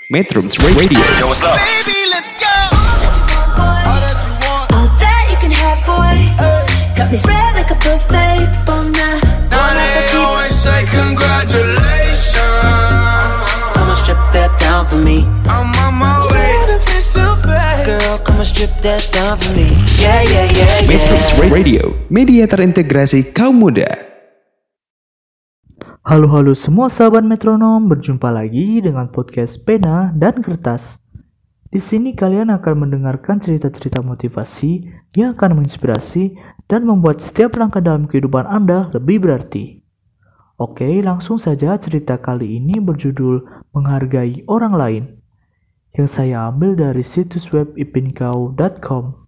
Metrums Radio. Yo, what's up? Baby, let's go. All that you want, all that you can have, boy. Got me spread like a buffet, bon nah. Now they always say congratulations. Come and strip that down for me. I'm on my way. Girl, come and strip that down for me. Yeah, yeah, yeah, Metrums yeah. Radio, media terintegrasi kaum muda. Halo semua sahabat metronom, berjumpa lagi dengan podcast Pena dan Kertas. Di sini kalian akan mendengarkan cerita-cerita motivasi yang akan menginspirasi dan membuat setiap langkah dalam kehidupan Anda lebih berarti. Oke, langsung saja cerita kali ini berjudul Menghargai Orang Lain, yang saya ambil dari situs web ipinkau.com.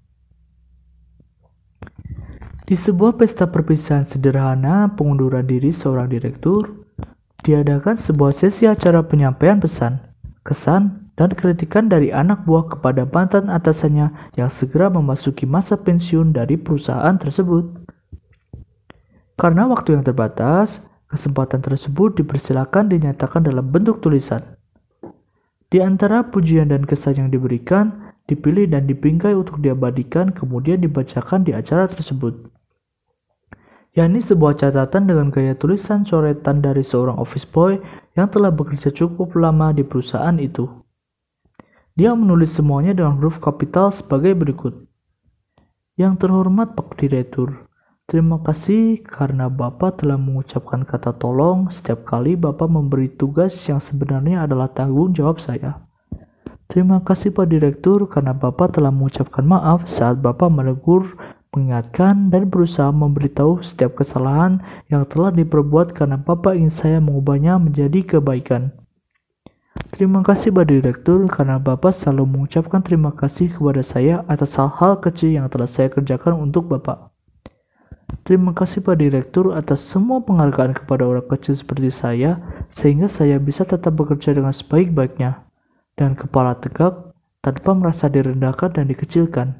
Di sebuah pesta perpisahan sederhana pengunduran diri seorang direktur, diadakan sebuah sesi acara penyampaian pesan, kesan, dan kritikan dari anak buah kepada mantan atasannya yang segera memasuki masa pensiun dari perusahaan tersebut. Karena waktu yang terbatas, kesempatan tersebut dipersilakan dinyatakan dalam bentuk tulisan. Di antara pujian dan kesan yang diberikan, dipilih dan dibingkai untuk diabadikan kemudian dibacakan di acara tersebut. Yakni sebuah catatan dengan gaya tulisan coretan dari seorang office boy yang telah bekerja cukup lama di perusahaan itu. Dia menulis semuanya dengan huruf kapital sebagai berikut. Yang terhormat Pak Direktur, terima kasih karena Bapak telah mengucapkan kata tolong setiap kali Bapak memberi tugas yang sebenarnya adalah tanggung jawab saya. Terima kasih Pak Direktur karena Bapak telah mengucapkan maaf saat Bapak menegur, mengingatkan, dan berusaha memberitahu setiap kesalahan yang telah diperbuat karena Bapak ingin saya mengubahnya menjadi kebaikan. Terima kasih Pak Direktur karena Bapak selalu mengucapkan terima kasih kepada saya atas hal-hal kecil yang telah saya kerjakan untuk Bapak. Terima kasih Pak Direktur atas semua penghargaan kepada orang kecil seperti saya sehingga saya bisa tetap bekerja dengan sebaik-baiknya dan kepala tegak tanpa merasa direndahkan dan dikecilkan.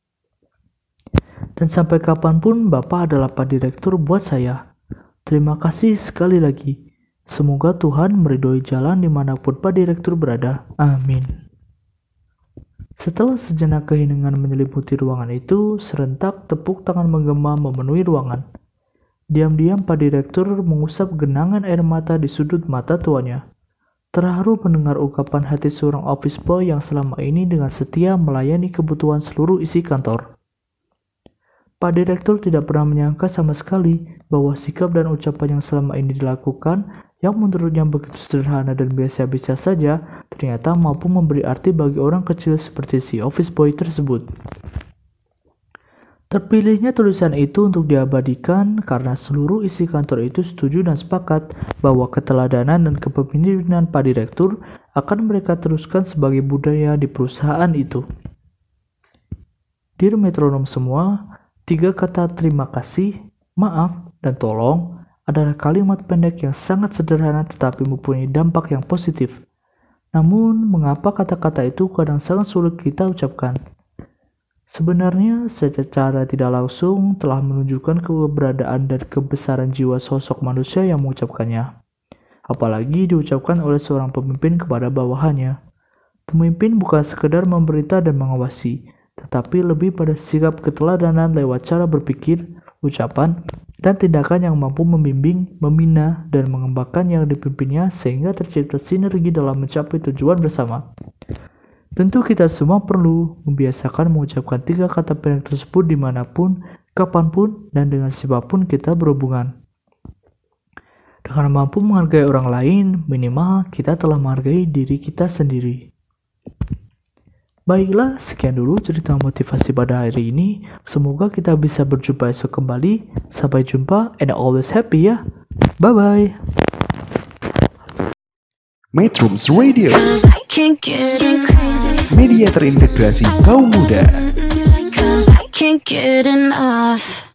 Dan sampai kapanpun Bapak adalah Pak Direktur buat saya. Terima kasih sekali lagi. Semoga Tuhan meridhoi jalan dimanapun Pak Direktur berada. Amin. Setelah sejenak keheningan menyelimuti ruangan itu, serentak tepuk tangan menggema memenuhi ruangan. Diam-diam Pak Direktur mengusap genangan air mata di sudut mata tuannya. Terharu mendengar ungkapan hati seorang office boy yang selama ini dengan setia melayani kebutuhan seluruh isi kantor. Pak Direktur tidak pernah menyangka sama sekali bahwa sikap dan ucapan yang selama ini dilakukan, yang menurutnya begitu sederhana dan biasa-biasa saja, ternyata mampu memberi arti bagi orang kecil seperti si office boy tersebut. Terpilihnya tulisan itu untuk diabadikan karena seluruh isi kantor itu setuju dan sepakat bahwa keteladanan dan kepemimpinan Pak Direktur akan mereka teruskan sebagai budaya di perusahaan itu. Dear metronom semua, 3 kata terima kasih, maaf, dan tolong adalah kalimat pendek yang sangat sederhana tetapi mempunyai dampak yang positif. Namun, mengapa kata-kata itu kadang sangat sulit kita ucapkan? Sebenarnya, secara tidak langsung telah menunjukkan keberadaan dan kebesaran jiwa sosok manusia yang mengucapkannya. Apalagi diucapkan oleh seorang pemimpin kepada bawahannya. Pemimpin bukan sekedar memerintah dan mengawasi, tetapi lebih pada sikap keteladanan lewat cara berpikir, ucapan, dan tindakan yang mampu membimbing, membina, dan mengembangkan yang dipimpinnya sehingga tercipta sinergi dalam mencapai tujuan bersama. Tentu kita semua perlu membiasakan mengucapkan 3 kata pendek tersebut dimanapun, kapanpun, dan dengan siapapun kita berhubungan. Dengan mampu menghargai orang lain, minimal kita telah menghargai diri kita sendiri. Baiklah, sekian dulu cerita motivasi pada hari ini. Semoga kita bisa berjumpa esok kembali. Sampai jumpa and always happy ya. Bye-bye. Metrums Radio, 'Cause I can't get crazy. media terintegrasi kaum muda. Cause I can't get enough.